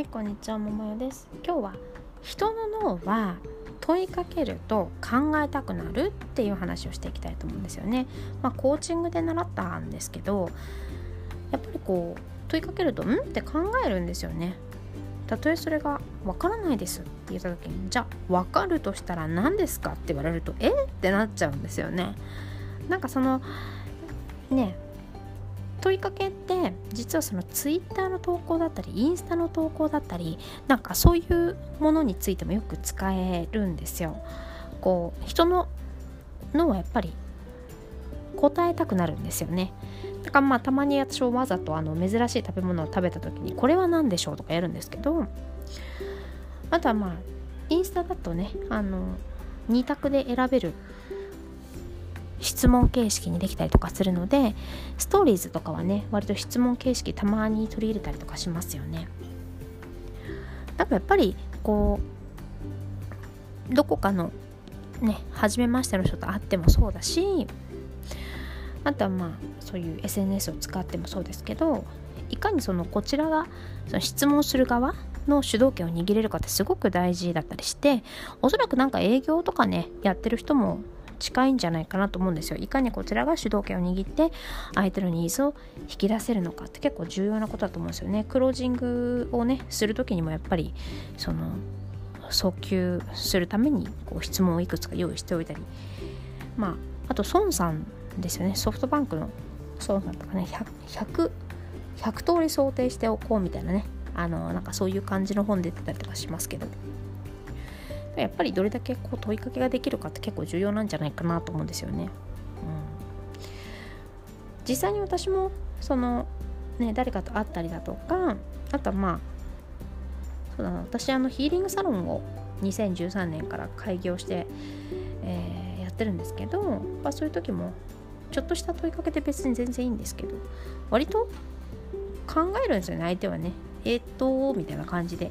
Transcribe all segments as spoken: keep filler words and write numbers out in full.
こんにちは、ももよです。今日は人の脳は問いかけると考えたくなるっていう話をしていきたいと思うんですよね。まあコーチングで習ったんですけど、やっぱりこう問いかけるとんって考えるんですよね。たとえそれがわからないですって言った時に、じゃあわかるとしたら何ですかって言われるとえってなっちゃうんですよね。なんかそのね問いかけって実はそのツイッターの投稿だったりインスタの投稿だったりなんかそういうものについてもよく使えるんですよ。こう人の脳はやっぱり答えたくなるんですよね。だからまあたまに私はわざとあの珍しい食べ物を食べた時にこれは何でしょうとかやるんですけど、あとはまあインスタだとねあのに択で選べる質問形式にできたりとかするので、ストーリーズとかはね割と質問形式たまに取り入れたりとかしますよね。だからやっぱりこうどこかのね初めましての人と会ってもそうだし、あとはまあそういう エスエヌエス を使ってもそうですけど、いかにそのこちらがその質問する側の主導権を握れるかってすごく大事だったりして、おそらくなんか営業とかねやってる人も近いんじゃないかなと思うんですよ。いかにこちらが主導権を握って相手のニーズを引き出せるのかって結構重要なことだと思うんですよね。クロージングをねするときにもやっぱりその訴求するためにこう質問をいくつか用意しておいたり、まああと孫さんですよね。ソフトバンクの孫さんとかね ひゃく, ひゃく, ひゃく通り想定しておこうみたいなね、あのなんかそういう感じの本出てたりとかしますけど、やっぱりどれだけこう問いかけができるかって結構重要なんじゃないかなと思うんですよね。うん、実際に私もそのね誰かと会ったりだとか、あとはまあそうだな、私あのヒーリングサロンをにせんじゅうさんねんから開業して、えー、やってるんですけど、まあ、そういう時もちょっとした問いかけで別に全然いいんですけど、割と考えるんですよね。相手はねえー、っとみたいな感じで、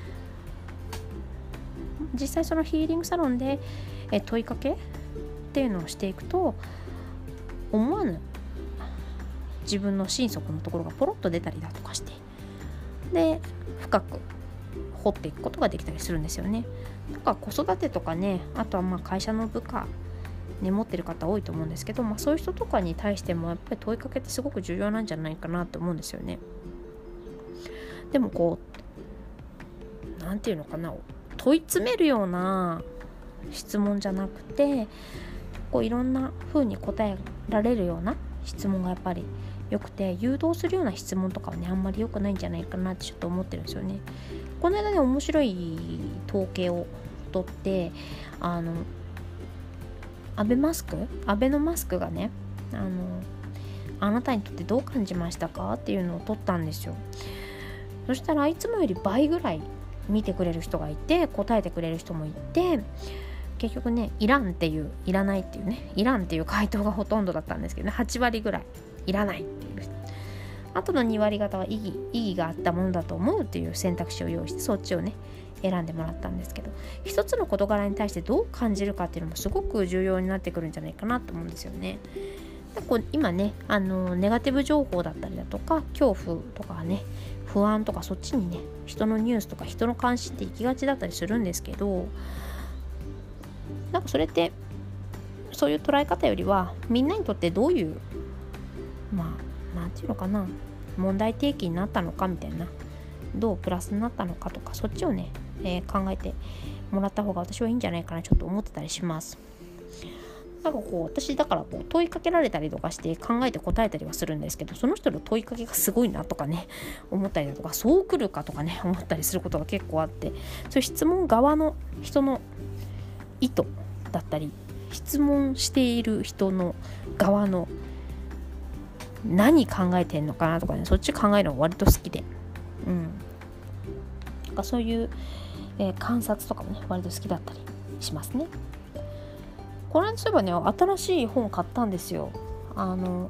実際そのヒーリングサロンでえ問いかけっていうのをしていくと、思わぬ自分の心底のところがポロッと出たりだとかして、で深く掘っていくことができたりするんですよね。なんか子育てとかね、あとはまあ会社の部下ね持ってる方多いと思うんですけど、まあ、そういう人とかに対してもやっぱり問いかけってすごく重要なんじゃないかなと思うんですよね。でもこうなんていうのかな、問い詰めるような質問じゃなくて、こういろんな風に答えられるような質問がやっぱりよくて、誘導するような質問とかはねあんまり良くないんじゃないかなってちょっと思ってるんですよね。この間ね面白い統計を取って、あのアベマスクアベノマスクがねあのあなたにとってどう感じましたかっていうのを取ったんですよ。そしたらいつもより倍ぐらい見てくれる人がいて、答えてくれる人もいて、結局ねいらんっていういらないっていうねいらんっていう回答がほとんどだったんですけどね、はち割ぐらいいらないっていう、あとのに割方は意義意義があったものだと思うっていう選択肢を用意して、そっちをね選んでもらったんですけど、一つの事柄に対してどう感じるかっていうのもすごく重要になってくるんじゃないかなと思うんですよね。でこう今ねあのネガティブ情報だったりだとか恐怖とかね不安とか、そっちにね人のニュースとか人の関心って行きがちだったりするんですけど、なんかそれってそういう捉え方よりはみんなにとってどういうまあなんていうのかな問題提起になったのかみたいな、どうプラスになったのかとか、そっちをね、えー、考えてもらった方が私はいいんじゃないかなちょっと思ってたりします。なんかこう私だからこう問いかけられたりとかして考えて答えたりはするんですけど、その人の問いかけがすごいなとかね思ったりだとか、そう来るかとかね思ったりすることが結構あって、そういう質問側の人の意図だったり、質問している人の側の何考えてんのかなとかね、そっち考えるのが割と好きで、うん、なんかそういう、えー、観察とかもね割と好きだったりしますね。この間そういえばね新しい本買ったんですよ。あの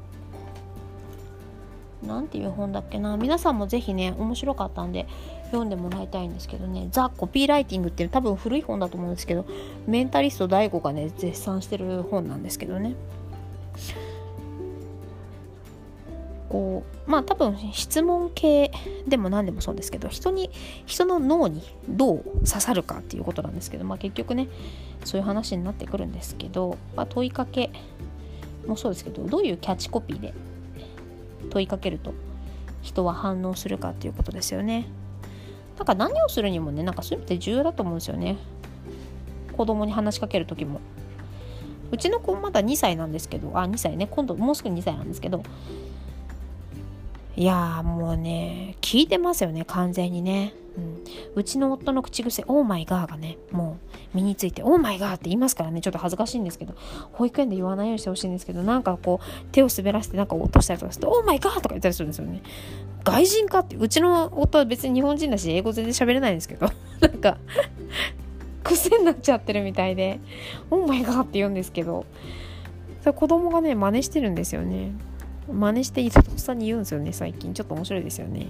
なんていう本だっけな、皆さんもぜひね面白かったんで読んでもらいたいんですけどね、ザ・コピーライティングっていう多分古い本だと思うんですけど、メンタリスト ダイゴ がね絶賛してる本なんですけどね、 こうまあ多分質問系でも何でもそうですけど、人に人の脳にどう刺さるかっていうことなんですけど、まあ結局ねそういう話になってくるんですけど、まあ、問いかけもそうですけど、どういうキャッチコピーで問いかけると人は反応するかっていうことですよね。なんか何をするにもね、なんかそういうのって重要だと思うんですよね。子供に話しかける時も、うちの子まだにさいなんですけど、あにさいね、今度もうすぐにさいなんですけど、いやーもうね聞いてますよね、完全にね、うん、うちの夫の口癖オーマイガーがねもう身について、オーマイガーって言いますからね、ちょっと恥ずかしいんですけど、保育園で言わないようにしてほしいんですけど、なんかこう手を滑らせてなんか落としたりとかするとオーマイガーとか言ったりするんですよね。外人かって、うちの夫は別に日本人だし英語全然喋れないんですけどなんか癖になっちゃってるみたいでオーマイガーって言うんですけど、それ子供がね真似してるんですよね。真似して伊藤さんに言うんですよね、最近。ちょっと面白いですよね。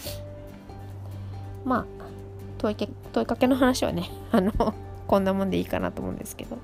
まあ問いけ問いかけの話はねあのこんなもんでいいかなと思うんですけど、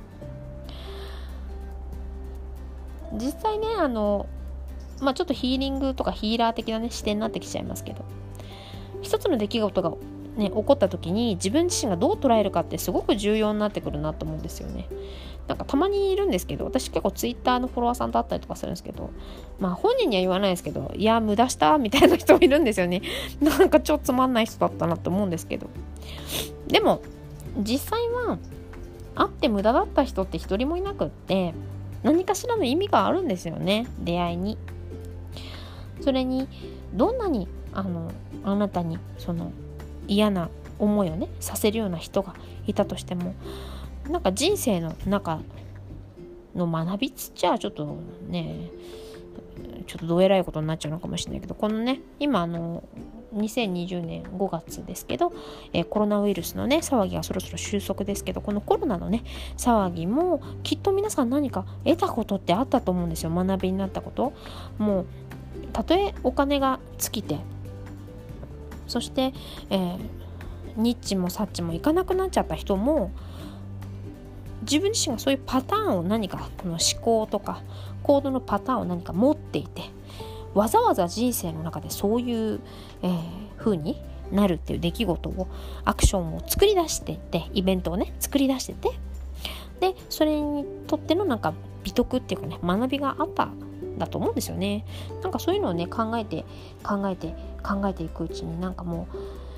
実際ねあのまあちょっとヒーリングとかヒーラー的なね視点になってきちゃいますけど、一つの出来事がね起こった時に自分自身がどう捉えるかってすごく重要になってくるなと思うんですよね。なんかたまにいるんですけど、私結構ツイッターのフォロワーさんと会ったりとかするんですけど、まあ本人には言わないですけど、いや無駄したみたいな人もいるんですよね。なんかちょっとつまんない人だったなと思うんですけど、でも実際は会って無駄だった人って一人もいなくって、何かしらの意味があるんですよね、出会いに。それにどんなにあのあなたにその嫌な思いをねさせるような人がいたとしても、なんか人生の中の学びっつっちゃちょっとねちょっとどえらいことになっちゃうのかもしれないけど、このね今あのにせんにじゅうねんごがつですけど、えー、コロナウイルスのね騒ぎがそろそろ収束ですけど、このコロナのね騒ぎもきっと皆さん何か得たことってあったと思うんですよ。学びになったこと。もうたとえお金が尽きて、そして、えー、ニッチもサッチもいかなくなっちゃった人も、自分自身がそういうパターンを何かこの思考とか行動のパターンを何か持っていて、わざわざ人生の中でそういう、えー、風になるっていう出来事をアクションを作り出していって、イベントをね作り出してて、でそれにとってのなんか美徳っていうかね学びがあったんだと思うんですよね。なんかそういうのをね考えて考えて考えていくうちに、なんかも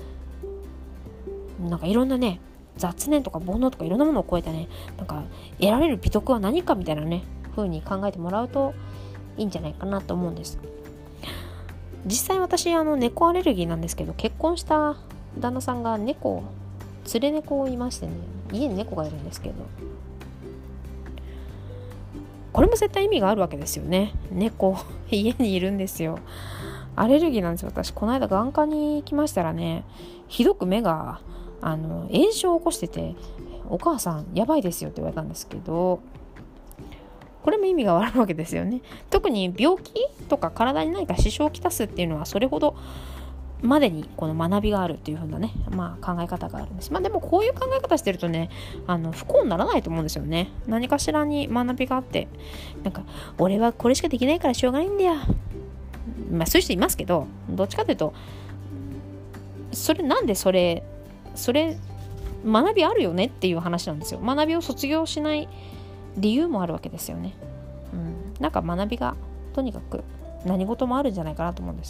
うなんかいろんなね雑念とか煩悩とかいろんなものを超えたね、なんか得られる美徳は何かみたいなね風に考えてもらうといいんじゃないかなと思うんです。実際私あの猫アレルギーなんですけど、結婚した旦那さんが猫連れ猫をいましてね、家に猫がいるんですけど、これも絶対意味があるわけですよね。猫家にいるんですよ。アレルギーなんですよ。私この間眼科に行きましたらね、ひどく目があの炎症を起こしてて、お母さんやばいですよって言われたんですけど、これも意味があるわけですよね。特に病気とか体に何か支障をきたすっていうのはそれほどまでにこの学びがあるっていう風なね、まあ考え方があるんです。まあでもこういう考え方してるとね、あの不幸にならないと思うんですよね。何かしらに学びがあって、なんか俺はこれしかできないからしょうがないんだよ。まあそういう人いますけど、どっちかというとそれなんでそれそれ学びあるよねっていう話なんですよ。学びを卒業しない理由もあるわけですよね。うん、なんか学びがとにかく何事もあるんじゃないかなと思うんです。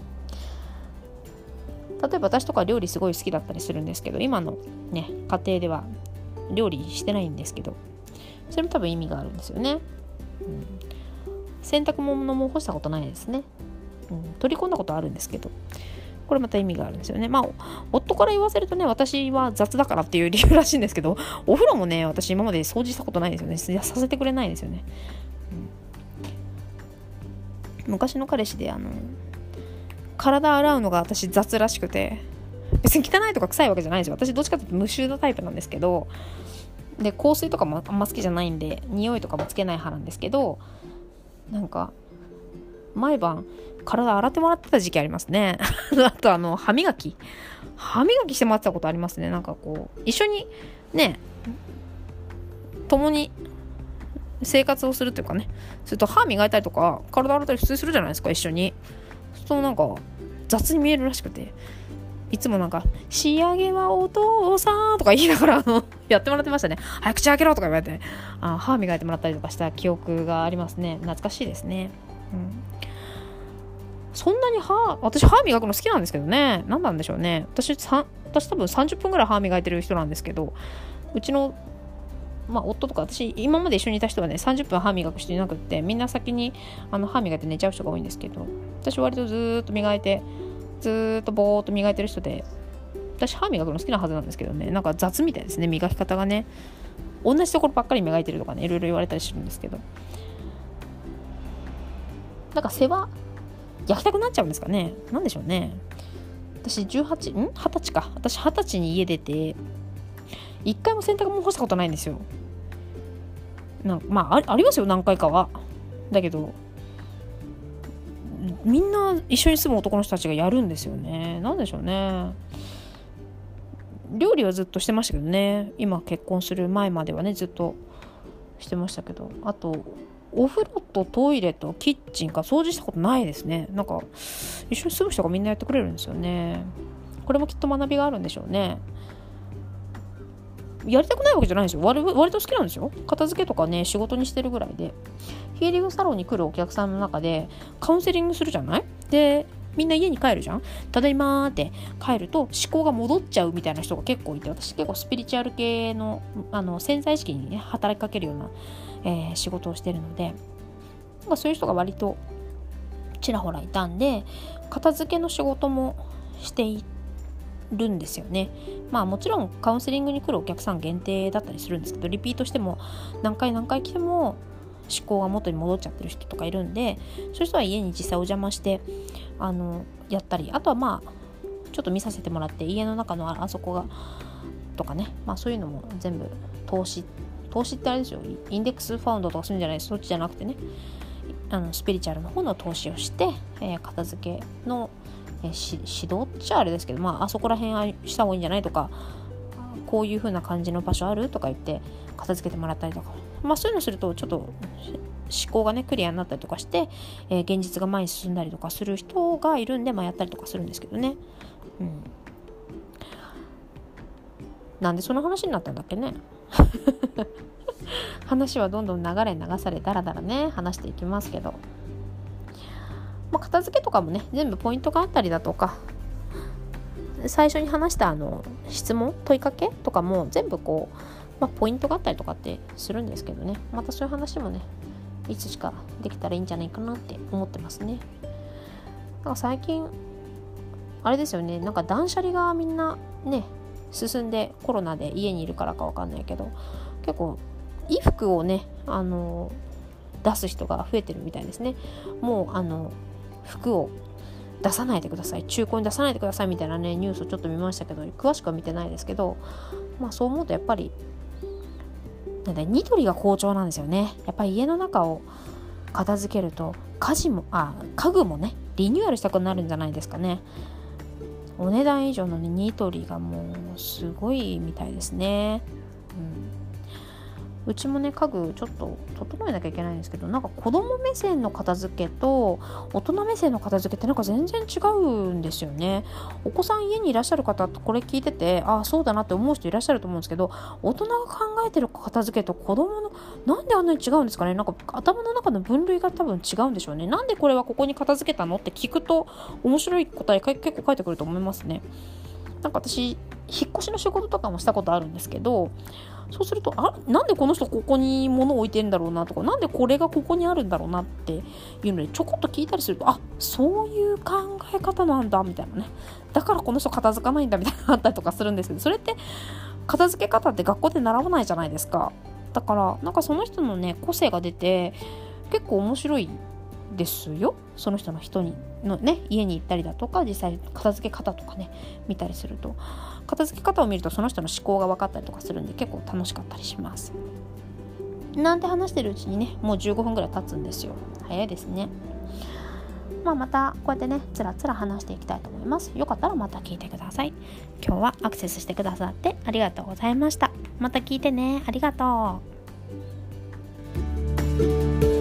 例えば私とか料理すごい好きだったりするんですけど、今のね家庭では料理してないんですけど、それも多分意味があるんですよね。うん、洗濯物も干したことないですね。うん、取り込んだことあるんですけど、これまた意味があるんですよね。まあ夫から言わせるとね、私は雑だからっていう理由らしいんですけど、お風呂もね私今まで掃除したことないですよね。させてくれないですよね。うん、昔の彼氏であの体洗うのが私雑らしくて、別に汚いとか臭いわけじゃないんですよ。私どっちかというと無臭なタイプなんですけど、で香水とかもあんま好きじゃないんで匂いとかもつけない派なんですけど、なんか毎晩体洗ってもらってた時期ありますね。あとあの歯磨き歯磨きしてもらってたことありますね。なんかこう一緒にね共に生活をするというかね、すると歯磨いたりとか体洗ったり普通にするじゃないですか、一緒に。そうなんか雑に見えるらしくて、いつもなんか仕上げはお父さんとか言いながらあのやってもらってましたね。早口開けろとか言われて、あ歯磨いてもらったりとかした記憶がありますね。懐かしいですね。うん、そんなに歯私歯磨くの好きなんですけどね。何なんでしょうね。私さ私多分さんじゅっぷんぐらい歯磨いてる人なんですけど、うちのまあ、夫とか私今まで一緒にいた人はねさんじゅっぷん歯磨く人いなくって、みんな先にあの歯磨いて寝ちゃう人が多いんですけど、私割とずーっと磨いてずーっとぼーっと磨いてる人で、私歯磨くの好きなはずなんですけどね、なんか雑みたいですね、磨き方がね。同じところばっかり磨いてるとかね、いろいろ言われたりするんですけど、なんか世話焼きたくなっちゃうんですかね。なんでしょうね。私じゅうはちんはたちか私はたちに家出て一回も洗濯物干したことないんですよ。なんかまあ あ, ありますよ何回かは。だけどみんな一緒に住む男の人たちがやるんですよね。なんでしょうね。料理はずっとしてましたけどね。今結婚する前まではねずっとしてましたけど、あとお風呂とトイレとキッチンか掃除したことないですね。なんか一緒に住む人がみんなやってくれるんですよね。これもきっと学びがあるんでしょうね。やりたくないわけじゃないんですよ。 割, 割と好きなんですよ。片付けとかね仕事にしてるぐらいで、ヒーリングサロンに来るお客さんの中でカウンセリングするじゃない。でみんな家に帰るじゃん。ただいまーって帰ると思考が戻っちゃうみたいな人が結構いて、私結構スピリチュアル系の、あの潜在意識にね働きかけるような、えー、仕事をしてるので、なんかそういう人が割とちらほらいたんで、片付けの仕事もしているんですよね。まあもちろんカウンセリングに来るお客さん限定だったりするんですけど、リピートしても何回何回来ても思考が元に戻っちゃってる人とかいるんで、そういう人は家に実際お邪魔してあのやったり、あとはまあちょっと見させてもらって家の中のあそこがとかね、まあそういうのも全部投資投資ってあれですよ、インデックスファウンドとかするんじゃないです。そっちじゃなくてね、あのスピリチュアルの方の投資をして、えー、片付けのえー、指導っちゃあれですけど、まああそこら辺はした方がいいんじゃないとか、こういう風な感じの場所あるとか言って片付けてもらったりとか、まあそういうのするとちょっと思考がねクリアになったりとかして、えー、現実が前に進んだりとかする人がいるんで、まあやったりとかするんですけどね。うん。なんでその話になったんだっけね。話はどんどん流れ流されだらだらね話していきますけど、まあ、片付けとかもね全部ポイントがあったりだとか、最初に話したあの質問問いかけとかも全部こう、まあ、ポイントがあったりとかってするんですけどね、またそういう話もねいつしかできたらいいんじゃないかなって思ってますね。なんか最近あれですよね、なんか断捨離がみんなね進んで、コロナで家にいるからかわかんないけど結構衣服をねあの出す人が増えてるみたいですね。もうあの服を出さないでください、中古に出さないでくださいみたいなねニュースをちょっと見ましたけど、詳しくは見てないですけど、まあそう思うとやっぱりなんだニトリが好調なんですよね。やっぱり家の中を片付けると家事もあ家具もねリニューアルしたくなるんじゃないですかね。お値段以上の、ね、ニトリがもうすごいみたいですね。うん、うちもね家具ちょっと整えなきゃいけないんですけど、なんか子供目線の片付けと大人目線の片付けってなんか全然違うんですよね。お子さん家にいらっしゃる方これ聞いてて、ああそうだなって思う人いらっしゃると思うんですけど、大人が考えてる片付けと子供のなんであんなに違うんですかね。なんか頭の中の分類が多分違うんでしょうね。なんでこれはここに片付けたのって聞くと面白い答え結構返ってくると思いますね。なんか私引っ越しの仕事とかもしたことあるんですけど、そうするとあなんでこの人ここに物を置いてんだろうなとか、なんでこれがここにあるんだろうなっていうのでちょこっと聞いたりすると、あそういう考え方なんだみたいなね、だからこの人片付かないんだみたいなのあったりとかするんですけど、それって片付け方って学校で習わないじゃないですか。だからなんかその人のね個性が出て結構面白いですよ。その人の人にのね家に行ったりだとか、実際片付け方とかね見たりすると、片付け方を見るとその人の思考が分かったりとかするんで結構楽しかったりします。なんて話してるうちにねもうじゅうごふんぐらい経つんですよ。早いですね。まあまたこうやってねつらつら話していきたいと思います。よかったらまた聞いてください。今日はアクセスしてくださってありがとうございました。また聞いてね。ありがとう。 ます。